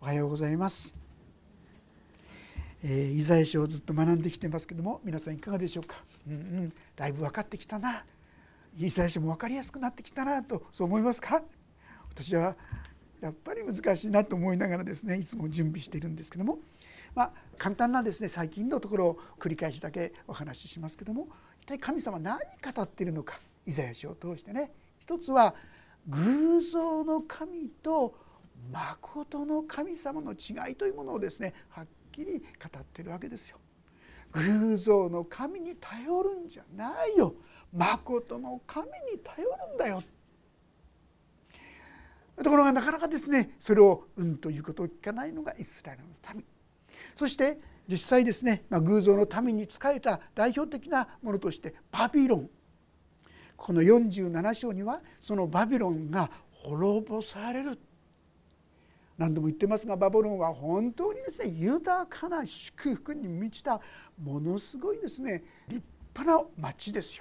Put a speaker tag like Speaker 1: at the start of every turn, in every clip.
Speaker 1: おはようございます。イザヤ書をずっと学んできてますけども、皆さんいかがでしょうか。だいぶ分かってきたな、イザヤ書も分かりやすくなってきたなと、そう思いますか。私はやっぱり難しいなと思いながらですね、いつも準備しているんですけども、簡単なですね、最近のところを繰り返しだけお話ししますけども、一体神様は何語っているのか、イザヤ書を通してね。一つは偶像の神と誠の神様の違いというものをですね、はっきり語っているわけですよ。偶像の神に頼るんじゃないよ、誠の神に頼るんだよ。ところがなかなかですね、それをということを聞かないのがイスラエルの民。そして実際ですね、偶像の民に仕えた代表的なものとしてバビロン、この47章にはそのバビロンが滅ぼされる。何度も言ってますが、バビロンは本当にですね、豊かな祝福に満ちたものすごいですね、立派な町ですよ。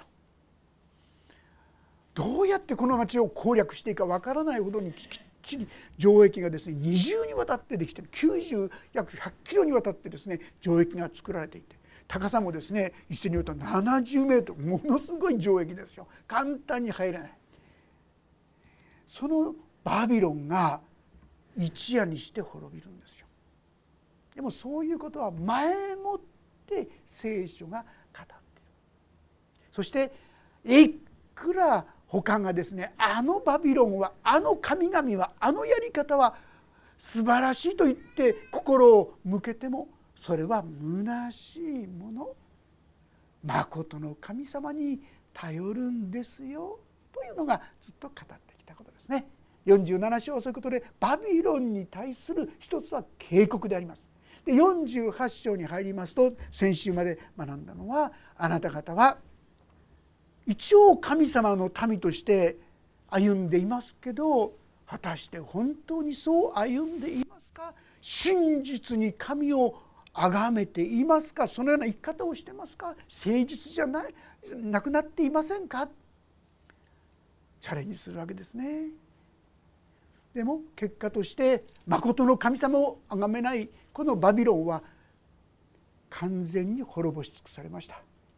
Speaker 1: どうやってこの町を攻略していいかわからないほどにきっちり城壁がですね、二重にわたってできている。約100キロにわたってですね、城壁が作られていて、高さもですね、一斉に言うと70メートル、ものすごい城壁ですよ。簡単に入れない。そのバビロンが一夜にして滅びるんですよ。でもそういうことは前もって聖書が語っている。そしていくら他がですね、あのバビロンは、あの神々は、あのやり方は素晴らしいと言って心を向けても、それは虚しいもの、誠の神様に頼るんですよというのがずっと語ってきたことですね。47章はそういうことで、バビロンに対する一つは警告であります。で48章に入りますと、先週まで学んだのは、あなた方は一応神様の民として歩んでいますけど、果たして本当にそう歩んでいますか。真実に神を崇めていますか。そのような生き方をしてますか。誠実じゃなくなっていませんか。チャレンジするわけですね。でも結果として誠の神様を崇めないこのバビロンは完全に滅ぼし尽くされました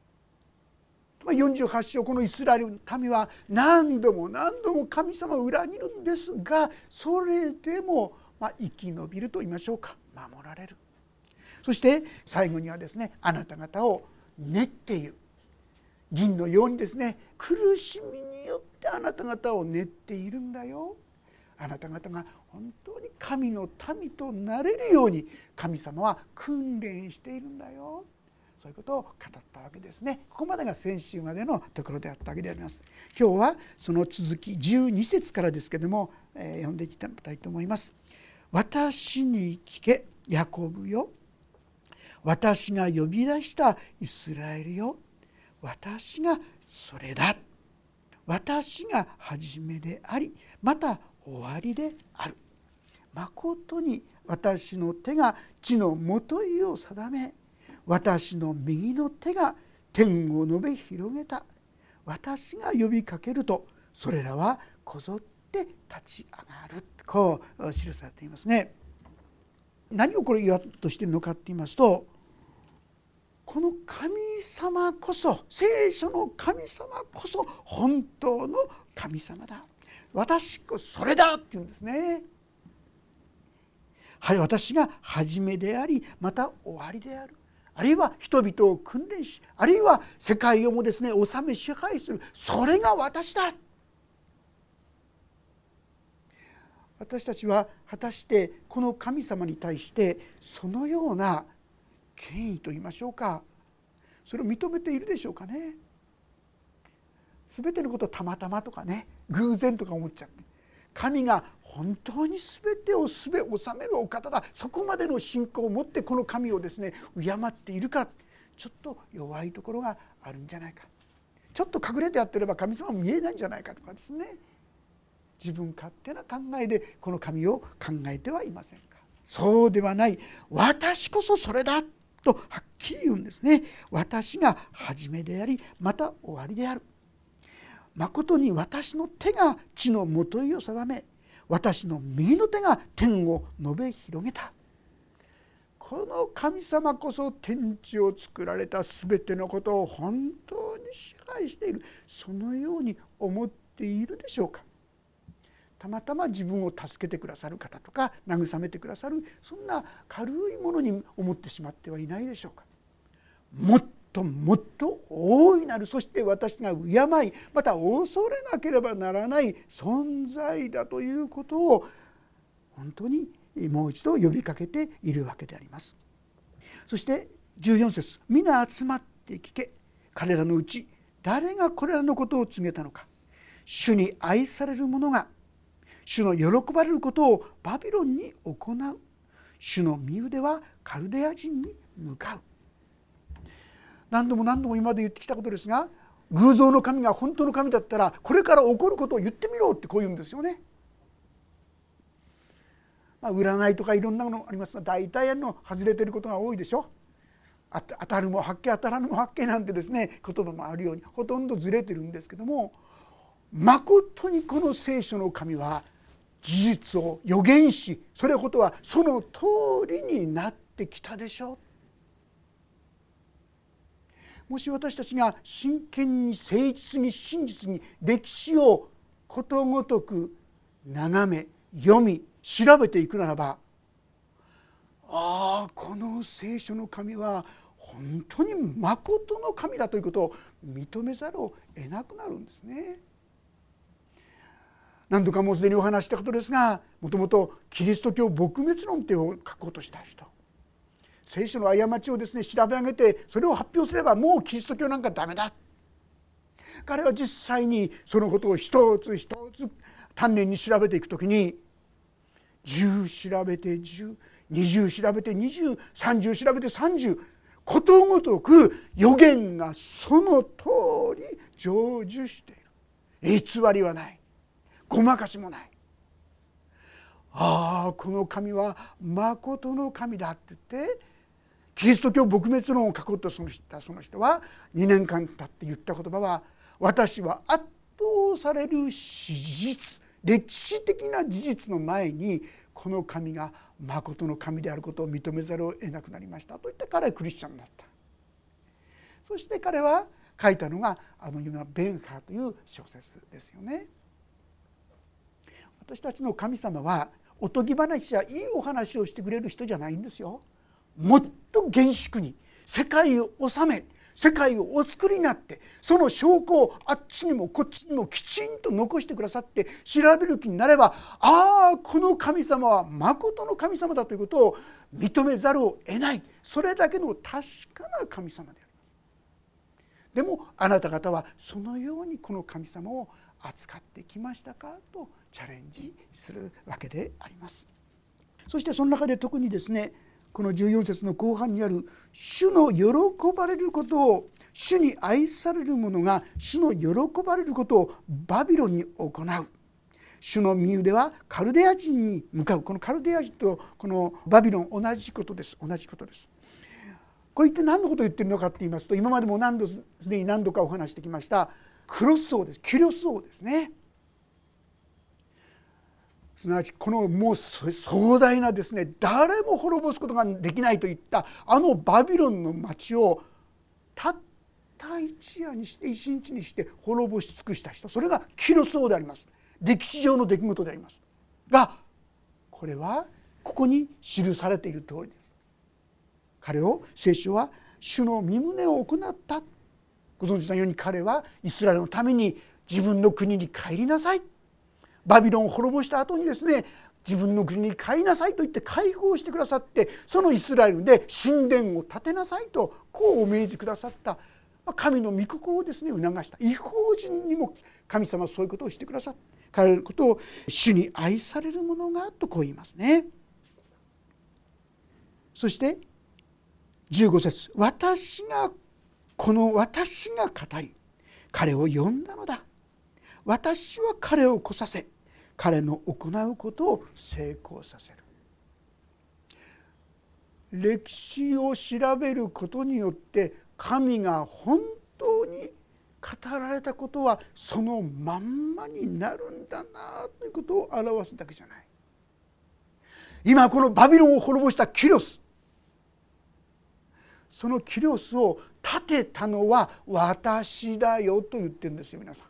Speaker 1: 。48章、このイスラエルの民は何度も神様を裏切るんですが、それでも生き延びると言いましょうか、守られる。そして最後にはですね、あなた方を練っている、銀のようにですね、苦しみによってあなた方を練っているんだよ。あなた方が本当に神の民となれるように神様は訓練しているんだよ。そういうことを語ったわけですね。ここまでが先週までのところであったわけであります。今日はその続き12節からですけれども、読んでいきたいと思います。私に聞けヤコブよ、私が呼び出したイスラエルよ、私がそれだ。私が初めであり、また終わりである。まことに私の手が地のもといを定め、私の右の手が天を述べ広げた。私が呼びかけると、それらはこぞって立ち上がる。こう記されていますね。何をこれ言わんとしているのかと言いますと、この神様こそ、聖書の神様こそ本当の神様だ。私こそそれだって言うんですね。はい、私が初めであり、また終わりである。あるいは人々を訓練し、あるいは世界をもですね、治め支配する、それが私だ。私たちは果たしてこの神様に対してそのような権威と言いましょうか、それを認めているでしょうかね。全てのことをたまたまとかね、偶然とか思っちゃって、神が本当に全てを治めるお方だ、そこまでの信仰を持ってこの神をですね敬っているか、ちょっと弱いところがあるんじゃないか、ちょっと隠れてやってれば神様も見えないんじゃないかとかですね、自分勝手な考えでこの神を考えてはいませんか。そうではない、私こそそれだとはっきり言うんですね。私が初めであり、また終わりである。誠に私の手が地のもといを定め、 私の右の手が天を述べ広げた。この神様こそ天地を作られたすべてのことを本当に支配している、そのように思っているでしょうか。たまたま自分を助けてくださる方とか慰めてくださる、そんな軽いものに思ってしまってはいないでしょうか。もっともっと大いなる、そして私が敬い、また恐れなければならない存在だということを本当にもう一度呼びかけているわけであります。そして14節、皆集まって聞け、彼らのうち誰がこれらのことを告げたのか。主に愛される者が主の喜ばれることをバビロンに行う。主の身腕はカルデア人に向かう。何度も何度も今まで言ってきたことですが、偶像の神が本当の神だったらこれから起こることを言ってみろってこう言うんですよね。占いとかいろんなのありますが、大体外れてることが多いでしょ。当たるも八卦当たらぬも八卦なんてですね、言葉もあるようにほとんどずれてるんですけども、まことにこの聖書の神は事実を予言し、それことはその通りになってきたでしょう。もし私たちが真剣に誠実に真実に歴史をことごとく眺め読み調べていくならば、この聖書の神は本当にまことの神だということを認めざるを得なくなるんですね。何度かもうすでにお話したことですが、もともとキリスト教撲滅論というを書こうとした人、聖書の過ちをですね調べ上げてそれを発表すればもうキリスト教なんかダメだ。彼は実際にそのことを一つ一つ丹念に調べていくときに、10調べて10、20調べて20、30調べて30、ことごとく予言がその通り成就している。偽りはない、ごまかしもない。この神はまことの神だって言って、キリスト教撲滅論を書こうとその人は2年間経って言った言葉は、私は圧倒される史実、歴史的な事実の前にこの神がまことの神であることを認めざるを得なくなりましたと言って、彼はクリスチャンになった。そして彼は書いたのが有名なベンハーという小説ですよね。私たちの神様はおとぎ話やいいお話をしてくれる人じゃないんですよ。もっと厳粛に世界を治め、世界をお作りになって、その証拠をあっちにもこっちにもきちんと残してくださって調べる気になれば、この神様はまことの神様だということを認めざるを得ない。それだけの確かな神様であります。でもあなた方はそのようにこの神様を扱ってきましたかとチャレンジするわけであります。そしてその中で特にですね、この14節の後半にある主の喜ばれることを、主に愛される者が主の喜ばれることをバビロンに行う。主の身腕はカルデア人に向かう。このカルデア人とこのバビロン同じことです。同じことです。これ一体何のことを言っているのかと言いますと、今までもすでに何度かお話してきましたクロス王です。キュリオス王ですね。すなわちこのもう壮大なですね、誰も滅ぼすことができないといったバビロンの町をたった一夜にして一日にして滅ぼし尽くした人、それがキュリオス王であります。歴史上の出来事でありますが、これはここに記されている通りです。彼を聖書は主の御胸を行った。ご存知のように彼はイスラエルのために自分の国に帰りなさい、バビロンを滅ぼした後にですね、自分の国に帰りなさいと言って解放してくださって、そのイスラエルで神殿を建てなさいとこうお命じくださった、神の御心をですね促した。異邦人にも神様はそういうことをしてくださった。彼のことを主に愛される者がとこう言いますね。そして15節、私が語り彼を呼んだのだ。私は彼を来させ、彼の行うことを成功させる。歴史を調べることによって神が本当にられたことはそのまんまになるんだなということを表すだけじゃない。今このバビロンを滅ぼしたキュリオス、そのキュリオスを立てたのは私だよと言ってるんですよ。皆さん、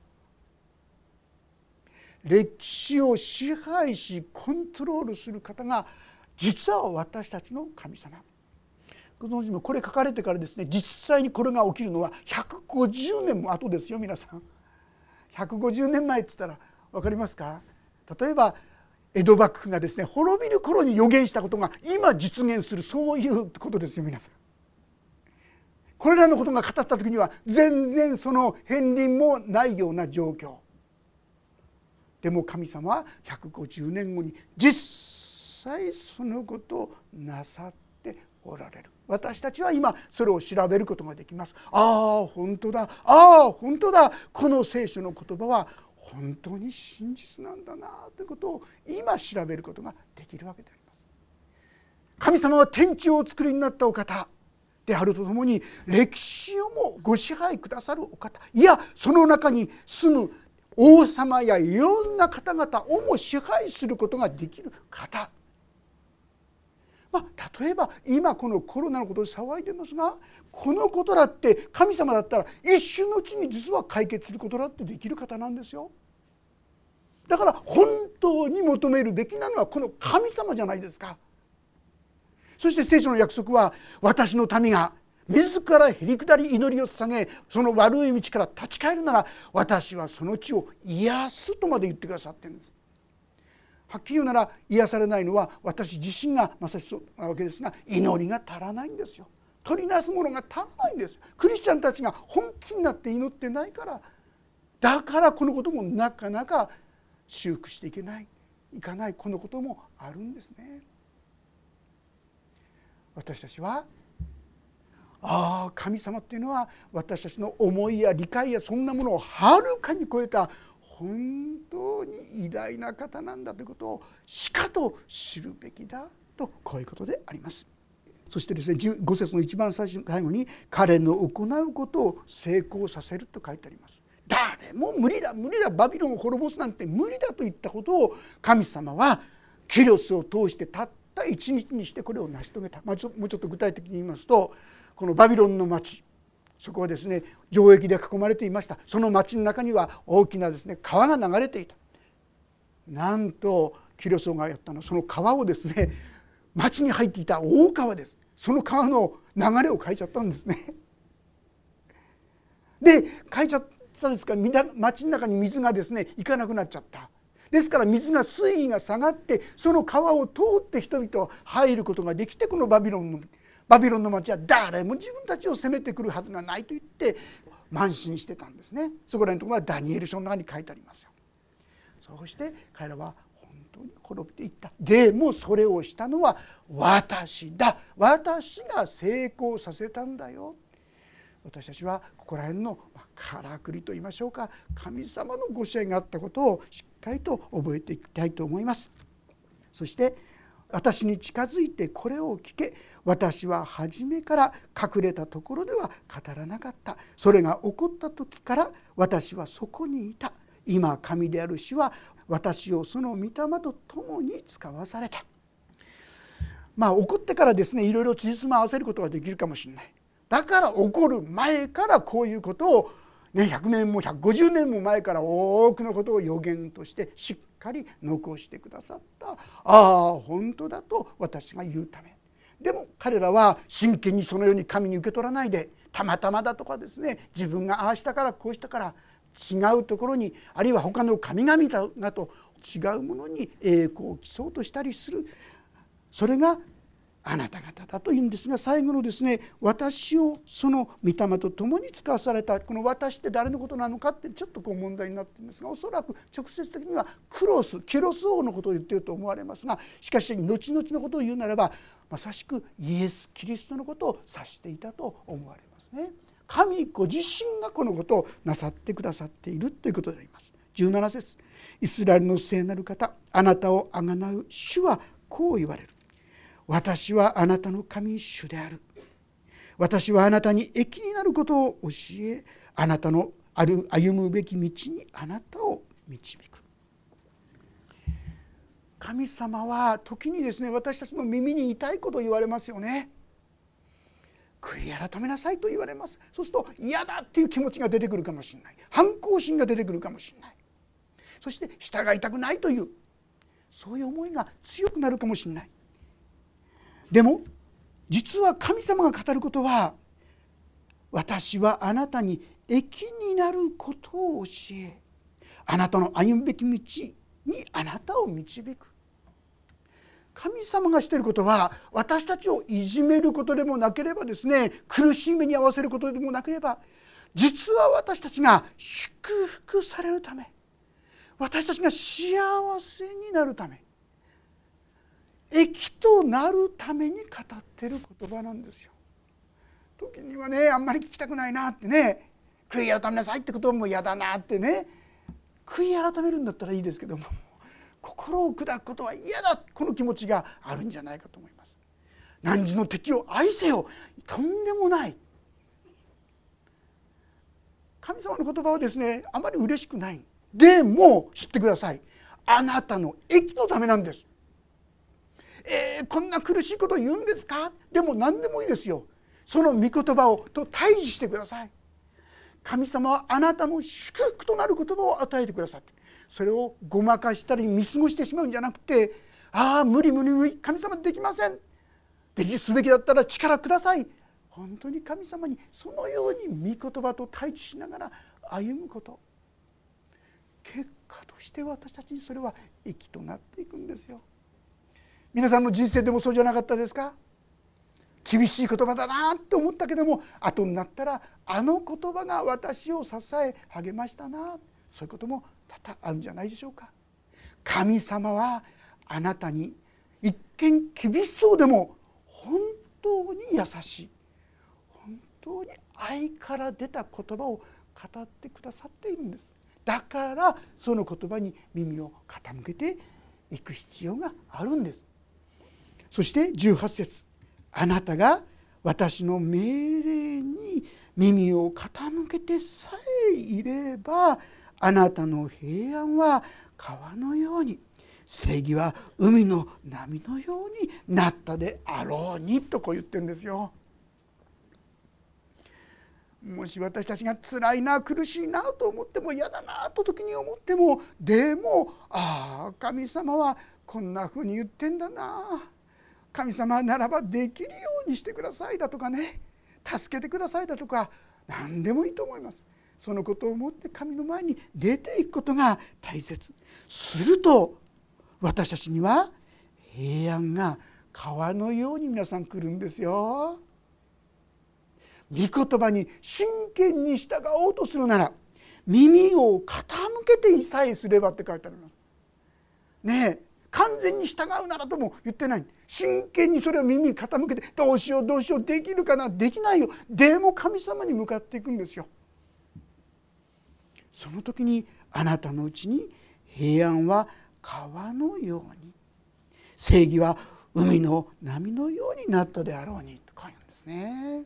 Speaker 1: 歴史を支配しコントロールする方が実は私たちの神様。ご存知もこれ書かれてからですね、実際にこれが起きるのは150年も後ですよ。皆さん、150年前って言ったら分かりますか。例えば江戸幕府がですね滅びる頃に予言したことが今実現する、そういうことですよ。皆さん、これらのことが語った時には全然その片鱗もないような状況でも、神様は150年後に実際そのことをなさっておられる。私たちは今それを調べることができます。ああ本当だ、ああ本当だ、この聖書の言葉は本当に真実なんだなということを今調べることができるわけであります。神様は天地をお作りになったお方であるとともに、歴史をもご支配くださるお方、いやその中に住む王様やいろんな方々をも支配することができる方。例えば今このコロナのことで騒いでますが、このことだって神様だったら一瞬のうちに実は解決することだってできる方なんですよ。だから本当に求めるべきなのはこの神様じゃないですか。そして聖書の約束は、私の民が自らへりくだり祈りを捧げ、その悪い道から立ち返るなら私はその地を癒すとまで言ってくださっているんです。はっきり言うなら、癒されないのは私自身がまさしそうなわけですが、祈りが足らないんですよ。取りなすものが足らないんです。クリスチャンたちが本気になって祈ってないから、だからこのこともなかなか修復していかないこのこともあるんですね。私たちは神様っていうのは私たちの思いや理解やそんなものをはるかに超えた本当に偉大な方なんだということをしかと知るべきだと、こういうことであります。そしてですね、15節の一番最後に、彼の行うことを成功させると書いてあります。誰も無理だバビロンを滅ぼすなんて無理だといったことを神様はキュリオスを通してたった一日にしてこれを成し遂げた。もうちょっと具体的に言いますと、このバビロンの町、そこはですね城壁で囲まれていました。その町の中には大きなですね川が流れていた。なんとキュリオスがやったのは、その川をですね、町に入っていた大川です。その川の流れを変えちゃったんですね。で変えちゃったですから町の中に水がですね行かなくなっちゃった。ですから水位が下がって、その川を通って人々は入ることができて、このバビロンの町は誰も自分たちを攻めてくるはずがないと言って慢心してたんですね。そこらのところはダニエル書の中に書いてありますよ。そうして彼らは本当に滅びていった。でもそれをしたのは私だ、私が成功させたんだよ。私たちはここら辺のからくりと言いましょうか、神様のご支配があったことをしっかりと覚えていきたいと思います。そして私に近づいてこれを聞け、私は初めから隠れたところでは語らなかった。それが起こった時から私はそこにいた。今神である主は私をその御霊と共に使わされた。起こってからですね、いろいろつじつま合わせることができるかもしれない。だから起こる前からこういうことを100年も150年も前から多くのことを予言としてしっかり残してくださった。本当だと私が言うため。でも彼らは真剣にそのように神に受け取らないで、たまたまだとかですね、自分がああしたからこうしたから、違うところに、あるいは他の神々だと違うものに栄光を競おうとしたりする。それがあなた方だというんですが、最後のですね、私をその御霊と共に使わされた、この私って誰のことなのかってちょっと問題になっているんですが、おそらく直接的にはキュロス王のことを言っていると思われますが、しかし後々のことを言うならば、まさしくイエス・キリストのことを指していたと思われますね。神ご自身がこのことをなさってくださっているということであります。17節、イスラエルの聖なる方、あなたをあがなう主はこう言われる。私はあなたの神主である。私はあなたに益になることを教え、あなたの歩むべき道にあなたを導く。神様は時にですね、私たちの耳に痛いことを言われますよね。悔い改めなさいと言われます。そうすると嫌だっていう気持ちが出てくるかもしれない。反抗心が出てくるかもしれない。そして従いたくないというそういう思いが強くなるかもしれない。でも実は神様が語ることは、私はあなたに益になることを教え、あなたの歩むべき道にあなたを導く。神様がしていることは、私たちをいじめることでもなければですね、苦しい目に遭わせることでもなければ、実は私たちが祝福されるため、私たちが幸せになるため、益となるために語っている言葉なんですよ。時にはね、あんまり聞きたくないなってね、悔い改めなさいって言葉も嫌だなってね、悔い改めるんだったらいいですけども、心を砕くことは嫌だ、この気持ちがあるんじゃないかと思います。汝の敵を愛せよ、とんでもない。神様の言葉はですね、あまり嬉しくない。でも知ってください、あなたの益のためなんです。こんな苦しいことを言うんですか。でも何でもいいですよ。その御言葉をと対峙してください。神様はあなたの祝福となる言葉を与えてくださって、それをごまかしたり見過ごしてしまうんじゃなくて、無理無理無理、神様できません、すべきだったら力ください。本当に神様にそのように御言葉と対峙しながら歩むこと、結果として私たちにそれは益となっていくんですよ。皆さんの人生でもそうじゃなかったですか。厳しい言葉だなって思ったけども、後になったらあの言葉が私を支え励ましたな、そういうことも多々あるんじゃないでしょうか。神様はあなたに一見厳しそうでも本当に優しい、本当に愛から出た言葉を語ってくださっているんです。だからその言葉に耳を傾けていく必要があるんです。そして18節、あなたが私の命令に耳を傾けてさえいれば、あなたの平安は川のように、正義は海の波のようになったであろうに、とこう言ってるんですよ。もし私たちが辛いな、苦しいなと思っても、嫌だなと時に思っても、でも神様はこんなふうに言ってんだな、神様ならばできるようにしてくださいだとかね、助けてくださいだとか、何でもいいと思います。そのことを思って神の前に出ていくことが大切。すると私たちには平安が川のように皆さん来るんですよ。御言葉に真剣に従おうとするなら、耳を傾けてさえすればって書いてありますね。完全に従うならとも言ってない。真剣にそれを耳に傾けて、どうしようどうしよう、できるかな、できないよ、でも神様に向かっていくんですよ。その時にあなたのうちに平安は川のように、正義は海の波のようになったであろうに、と書いてあるんですね。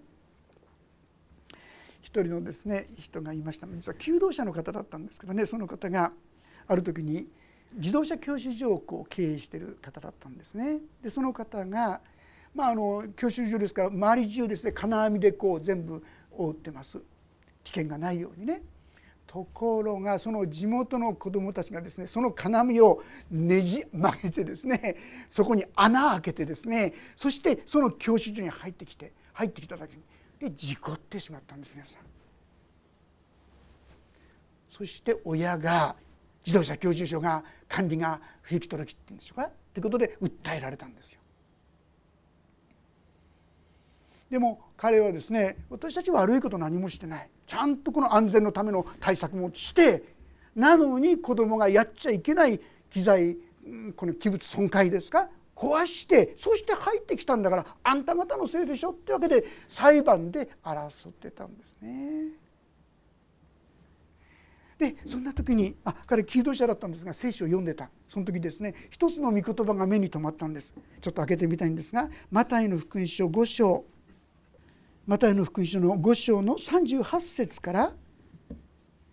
Speaker 1: 一人のですね、人がいました。実は求道者の方だったんですけどね、その方がある時に自動車教習所を経営している方だったんですね。でその方が、教習所ですから周り中ですね、金網で全部覆ってます、危険がないようにね。ところがその地元の子どもたちがですね、その金網をねじ曲げてですね、そこに穴を開けてですね、そしてその教習所に入ってきた時にで事故ってしまったんです。皆さん、そして親が、自動車教習所が、管理が不行き届きって言うんでしょうか、ということで訴えられたんですよ。でも彼はですね、私たちは悪いこと何もしてない、ちゃんとこの安全のための対策もして、なのに子供がやっちゃいけない機材、この器物損壊ですか、壊して、そして入ってきたんだから、あんた方のせいでしょってわけで裁判で争ってたんですね。でそんな時に彼求道者だったんですが、聖書を読んでたその時ですね、一つの御言葉が目に留まったんです。ちょっと開けてみたいんですが、マタイの福音書5章、マタイの福音書の5章の38節から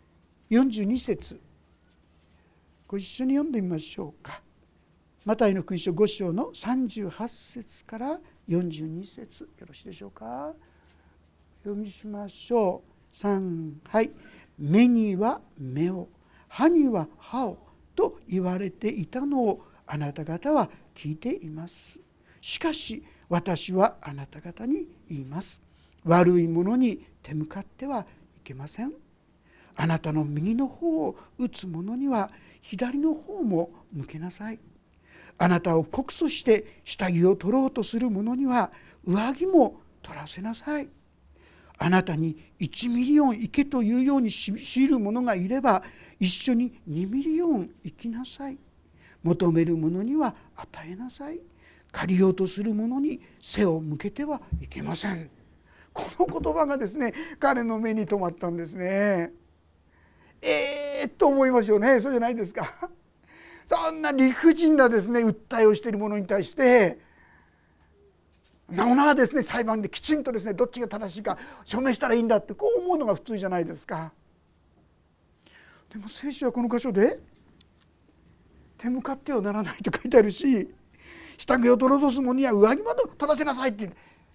Speaker 1: 42節ご一緒に読んでみましょうか。マタイの福音書5章の38節から42節よろしいでしょうか。読みしましょう。3、はい。目には目を、歯には歯をと言われていたのをあなた方は聞いています。しかし私はあなた方に言います。悪いものに手向かってはいけません。あなたの右の方を打つ者には左の方も向けなさい。あなたを告訴して下着を取ろうとする者には上着も取らせなさい。あなたに1ミリオン行けというように強いる者がいれば一緒に2ミリオン行きなさい。求める者には与えなさい。借りようとする者に背を向けてはいけません。この言葉がですね、彼の目に留まったんですね。と思いますよね。そうじゃないですか。そんな理不尽なですね訴えをしている者に対してなおなおですね裁判できちんとですねどっちが正しいか証明したらいいんだってこう思うのが普通じゃないですか。でも聖書はこの箇所で手向かってはならないと書いてあるし、下着を取ろうとする者には上着まで取らせなさいって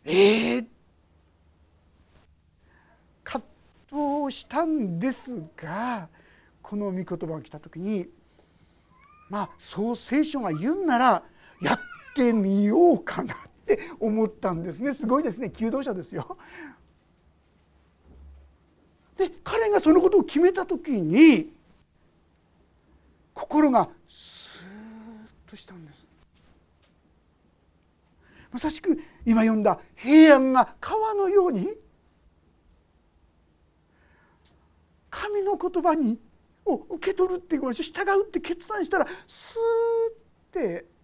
Speaker 1: 葛藤したんですが、この御言葉が来た時にそう聖書が言うならやってみようかなって思ったんですね。すごいですね、求道者ですよ。で彼がそのことを決めた時に心がスーッとしたんです。まさしく今読んだ平安が川のように神の言葉を受け取るっていうこと、従うって決断したらスーッて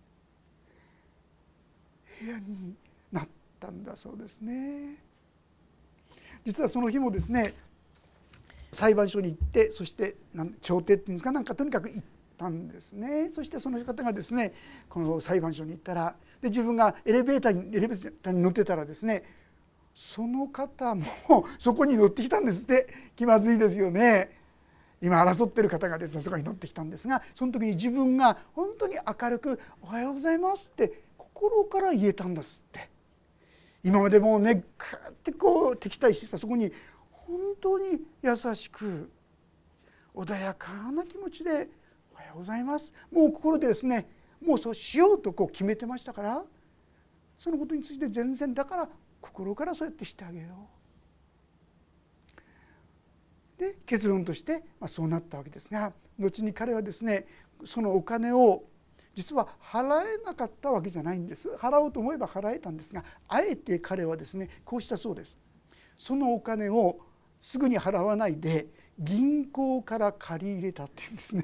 Speaker 1: 平安になったんだそうですね。実はその日もですね裁判所に行って、そして調停っていうんですか、なんかとにかく行ったんですね。そしてその方がですねこの裁判所に行ったら、で自分がエレベーターに乗ってたらですね、その方もそこに乗ってきたんですって。気まずいですよね。今争っている方がですねそこに乗ってきたんですが、その時に自分が本当に明るく「おはようございます」って心から言えたんですって。今までもうねグーってこう敵対してたそこに本当に優しく穏やかな気持ちで「おはようございます」もう心でですねもうそうしようとこう決めてましたから、そのことについて全然だから心からそうやってしてあげよう。で結論としてそうなったわけですが、後に彼はですねそのお金を実は払えなかったわけじゃないんです。払おうと思えば払えたんですが、あえて彼はですねこうしたそうです。そのお金をすぐに払わないで銀行から借り入れたっていうんですね。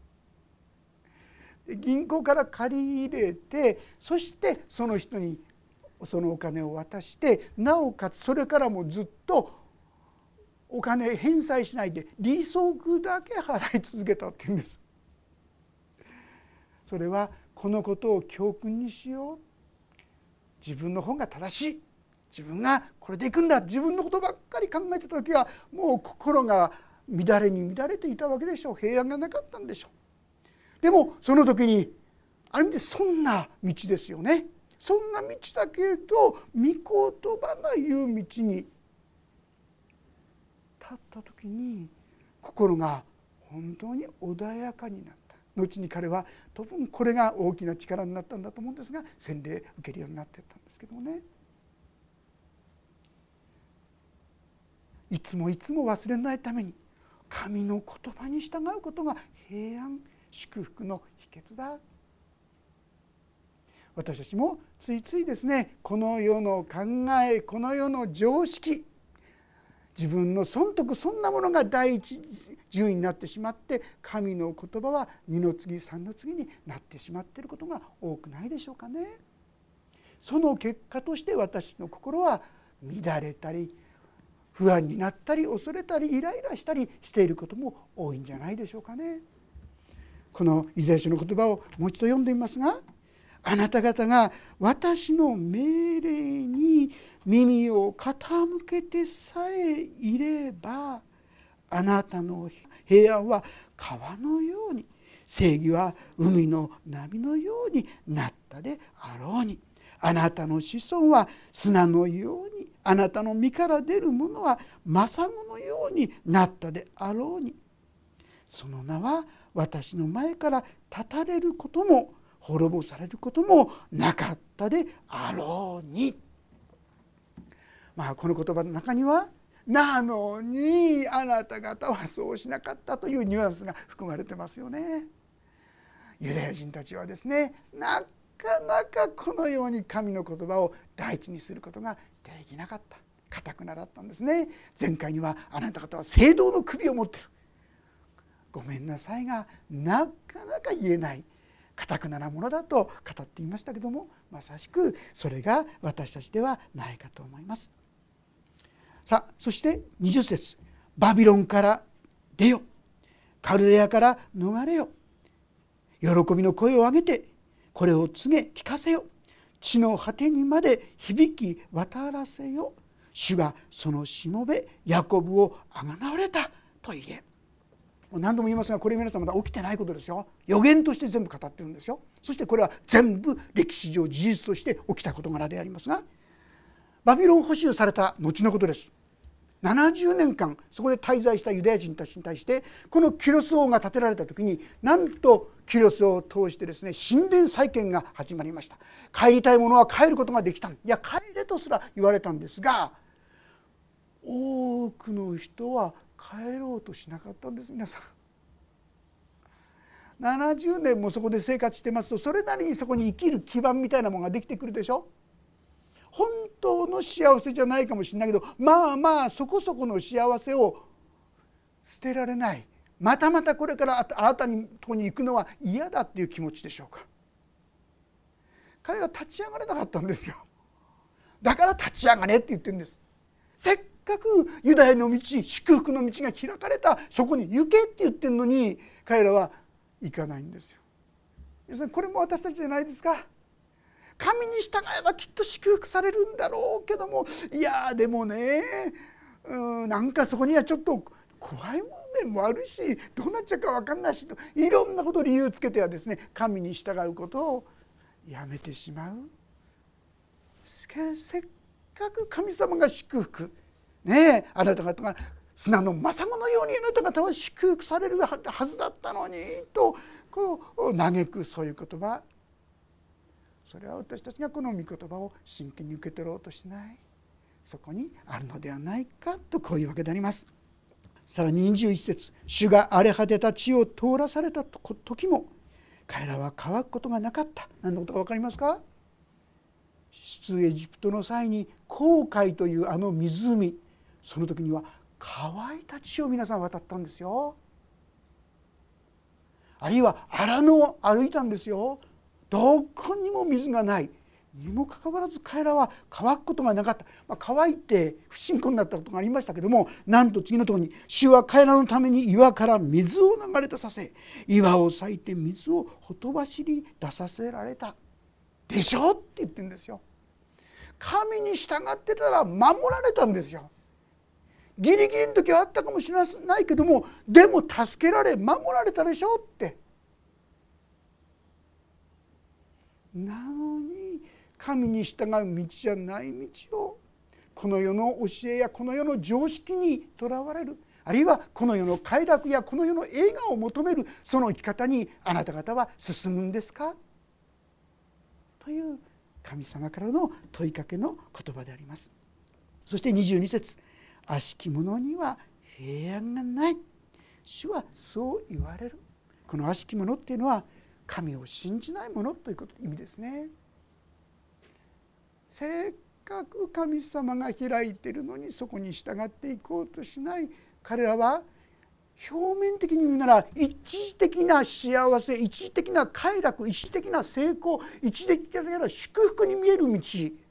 Speaker 1: 銀行から借り入れて、そしてその人にそのお金を渡して、なおかつそれからもずっとお金返済しないで利息だけ払い続けたっていうんです。それはこのことを教訓にしよう、自分の方が正しい、自分がこれでいくんだ、自分のことばっかり考えてた時はもう心が乱れに乱れていたわけでしょう。平安がなかったんでしょう。でもその時にある意味でそんな道ですよね。そんな道だけど御言葉が言う道に立った時に心が本当に穏やかになった。後に彼は多分これが大きな力になったんだと思うんですが、洗礼受けるようになっていったんですけどもね。いつもいつも忘れないために神の言葉に従うことが平安祝福の秘訣だ。私たちもついついですねこの世の考え、この世の常識、自分の損得そんなものが第一順位になってしまって、神の言葉は二の次三の次になってしまっていることが多くないでしょうかね。その結果として私の心は乱れたり不安になったり恐れたりイライラしたりしていることも多いんじゃないでしょうかね。このイザヤ書の言葉をもう一度読んでみますが、あなた方が私の命令に耳を傾けてさえいれば、 あなたの平安は川のように、正義は海の波のようになったであろうに。あなたの子孫は砂のように、あなたの身から出るものは真子のようになったであろうに。その名は私の前から絶たれることも滅ぼされることもなかったであろうに。この言葉の中には、なのにあなた方はそうしなかったというニュアンスが含まれてますよね。ユダヤ人たちはですね、なかなかこのように神の言葉を第一にすることができなかった。固くなだったんですね。前回にはあなた方は聖堂の首を持っている、ごめんなさいがなかなか言えない固くななものだと語っていましたけども、まさしくそれが私たちではないかと思います。さあ、そして20節、バビロンから出よ、カルデアから逃れよ、喜びの声を上げてこれを告げ聞かせよ、地の果てにまで響き渡らせよ、主がそのしもべヤコブをあがなわれたと言え。何度も言いますが、これ皆さんまだ起きてないことですよ。予言として全部語ってるんですよ。そしてこれは全部歴史上事実として起きた事柄でありますが、バビロン捕囚された後のことです。70年間そこで滞在したユダヤ人たちに対して、このキュロス王が建てられた時に、なんとキュロスを通してですね、神殿再建が始まりました。帰りたい者は帰ることができた、いや帰れとすら言われたんですが、多くの人は帰ろうとしなかったんです。皆さん、70年もそこで生活してますと、それなりにそこに生きる基盤みたいなものができてくるでしょ。本当の幸せじゃないかもしれないけど、そこそこの幸せを捨てられない、またこれからあなたのとこに行くのは嫌だっていう気持ちでしょうか。彼は立ち上がれなかったんですよ。だから立ち上がれって言ってるんです。せっかくユダヤの道、祝福の道が開かれた、そこに行けって言ってるのに彼らは行かないんですよ。皆さん、これも私たちじゃないですか。神に従えばきっと祝福されるんだろうけども、いやでもね、なんかそこにはちょっと怖い面もあるし、どうなっちゃうか分かんないしと、いろんなことを理由つけてはですね、神に従うことをやめてしまう。せっかく神様が祝福ね、あなた方が砂の真子のようにあなた方は祝福されるはずだったのにとこう嘆く、そういう言葉、それは私たちがこの御言葉を真剣に受け取ろうとしない、そこにあるのではないかと、こういうわけであります。さらに21節、主が荒れ果てた地を通らされた時も彼らは乾くことがなかった。何のことか分かりますか。出エジプトの際に紅海というあの湖、その時には乾いた地を皆さん渡ったんですよ。あるいは荒野を歩いたんですよ。どこにも水がないにもかかわらず彼らは乾くことがなかった。乾いて不信仰になったことがありましたけども、なんと次のところに、主は彼らのために岩から水を流れ出させ、岩を裂いて水をほとばしり出させられたでしょって言ってるんですよ。神に従ってたら守られたんですよ。ギリギリの時はあったかもしれないけども、でも助けられ守られたでしょって。なのに神に従う道じゃない道を、この世の教えやこの世の常識にとらわれる、あるいはこの世の快楽やこの世の栄華を求める、その生き方にあなた方は進むんですかという神様からの問いかけの言葉であります。そして22節、悪しき者には平安がない、主はそう言われる。この悪しき者っていうのは神を信じない者という意味ですね。せっかく神様が開いているのにそこに従っていこうとしない彼らは、表面的に見るなら一時的な幸せ、一時的な快楽、一時的な成功、一時的な祝福に見える道、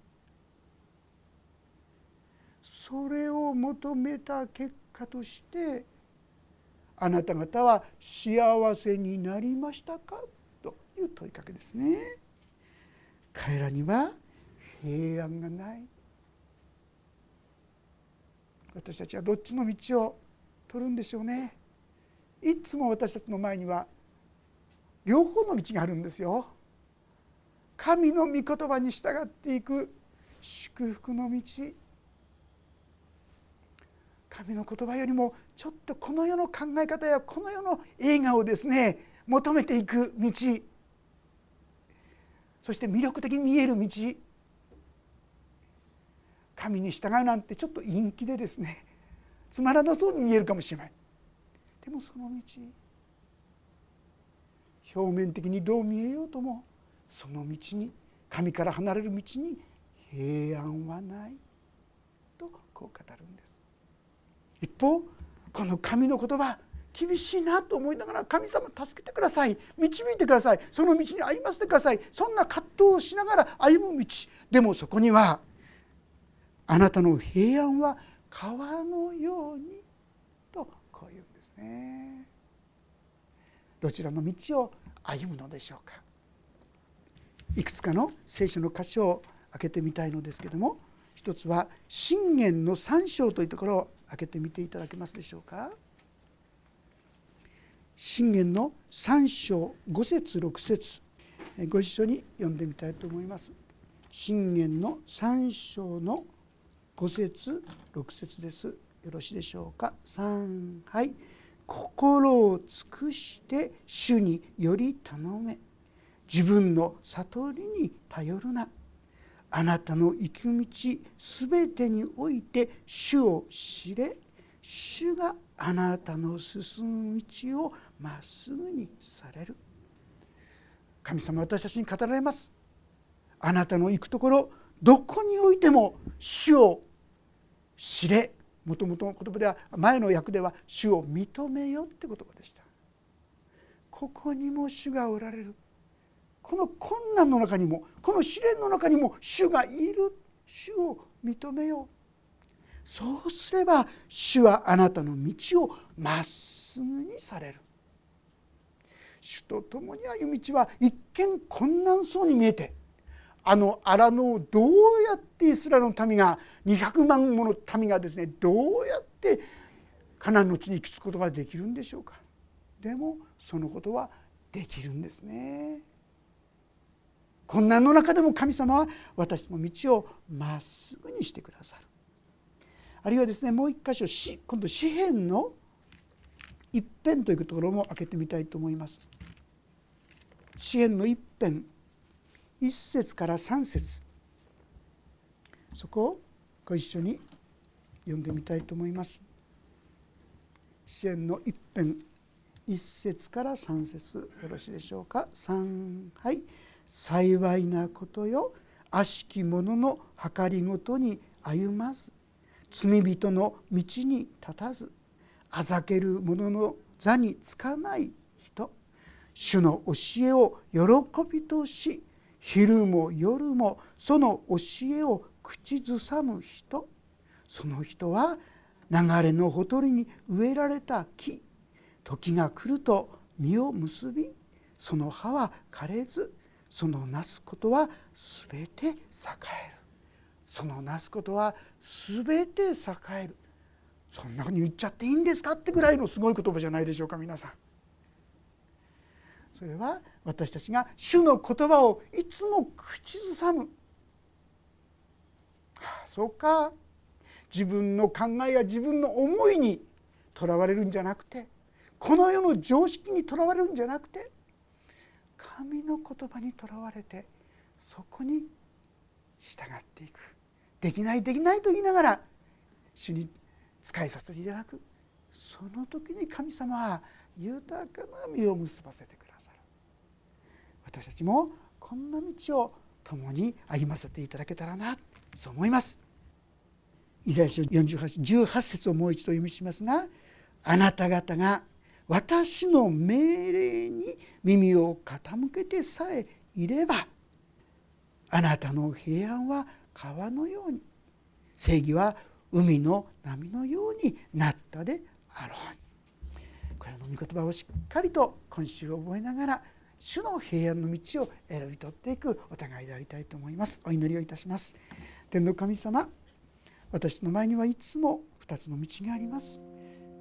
Speaker 1: それを求めた結果として、あなた方は幸せになりましたかという問いかけですね。彼らには平安がない。私たちはどっちの道を取るんでしょうね。いつも私たちの前には両方の道があるんですよ。神の御言葉に従っていく祝福の道、神の言葉よりもちょっとこの世の考え方やこの世の映画をですね求めていく道、そして魅力的に見える道、神に従うなんてちょっと陰気でですねつまらなそうに見えるかもしれない。でもその道、表面的にどう見えようともその道に、神から離れる道に平安はないとこう語るんです。一方この神の言葉厳しいなと思いながら、神様助けてください、導いてください、その道に歩ませてください、そんな葛藤をしながら歩む道、でもそこにはあなたの平安は川のようにとこう言うんですね。どちらの道を歩むのでしょうか。いくつかの聖書の箇所を開けてみたいのですけれども、一つは箴言の3章というところを開けてみていただけますでしょうか。箴言の3章5節6節、ご一緒に読んでみたいと思います。箴言の3章の5節6節です。よろしいでしょうか。3、はい。心を尽くして主により頼め、自分の悟りに頼るな。あなたの行く道すべてにおいて主を知れ、主があなたの進む道をまっすぐにされる。神様は私たちに語られます。あなたの行くところどこにおいても主を知れ。もともとの言葉では、前の訳では主を認めよって言葉でした。ここにも主がおられる。この困難の中にも、この試練の中にも主がいる。主を認めよう。そうすれば主はあなたの道をまっすぐにされる。主と共に歩む道は一見困難そうに見えて、あの荒野をどうやってイスラエルの民が200万もの民がですね、どうやってカナンの地に行き着くことができるんでしょうか。でもそのことはできるんですね。困難の中でも神様は私の道をまっすぐにしてくださる。あるいはですね、もう一箇所、今度詩編の一編というところも開けてみたいと思います。詩編の一編1節から3節、そこをご一緒に読んでみたいと思います。詩編の一編1節から3節、よろしいでしょうか。3、はい。幸いなことよ、悪しき者の計りごとに歩まず、罪人の道に立たず、あざける者の座につかない人、主の教えを喜びとし、昼も夜もその教えを口ずさむ人、その人は流れのほとりに植えられた木、時が来ると実を結び、その葉は枯れず、そのなすことはすべて栄える。そのなすことはすべて栄える。そんなふうに言っちゃっていいんですかってぐらいのすごい言葉じゃないでしょうか。皆さん、それは私たちが主の言葉をいつも口ずさむ。そうか、自分の考えや自分の思いにとらわれるんじゃなくて、この世の常識にとらわれるんじゃなくて、神の言葉にとらわれてそこに従っていく。できないできないと言いながら主に仕えさせていただく。その時に神様は豊かな実を結ばせてくださる。私たちもこんな道を共に歩ませていただけたらな、そう思います。イザヤ書18節をもう一度読みしますが、あなた方が私の命令に耳を傾けてさえいれば、あなたの平安は川のように、正義は海の波のようになったであろう。これの御言葉をしっかりと今週覚えながら、主の平安の道を選び取っていくお互いでありたいと思います。お祈りをいたします。天の神様、私の前にはいつも2つの道があります。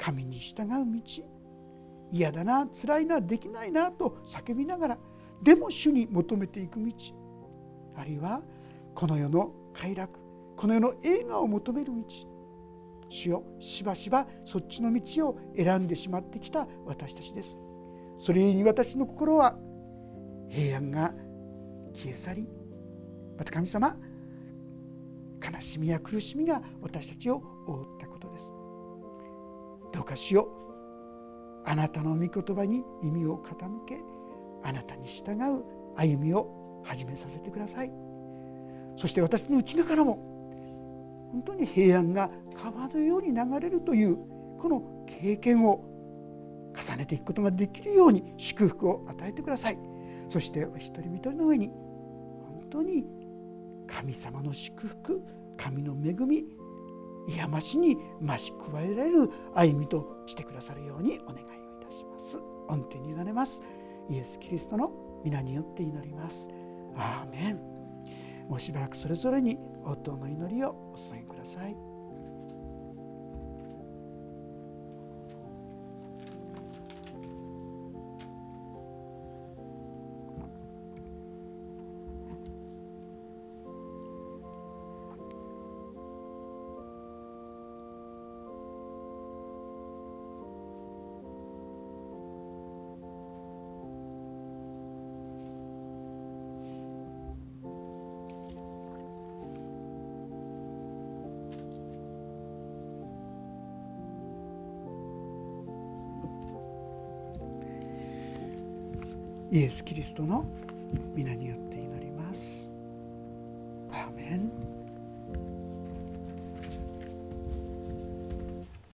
Speaker 1: 神に従う道、嫌だな、辛いな、できないなと叫びながらでも主に求めていく道、あるいはこの世の快楽、この世の栄華を求める道、主よ、しばしばそっちの道を選んでしまってきた私たちです。それゆえに私の心は平安が消え去り、また神様、悲しみや苦しみが私たちを覆ったことです。どうか主よ、あなたの御言葉に耳を傾け、あなたに従う歩みを始めさせてください。そして私の内側からも本当に平安が川のように流れるというこの経験を重ねていくことができるように祝福を与えてください。そしてお一人一人の上に本当に神様の祝福、神の恵み、癒ましに増し加えられる歩みとしてくださるようにお願いをいたします。御手に委ねます。イエス・キリストの皆によって祈ります。アーメン。もうしばらくそれぞれに応答の祈りをお捧げください。イエス・キリストの皆によって祈ります。アーメン。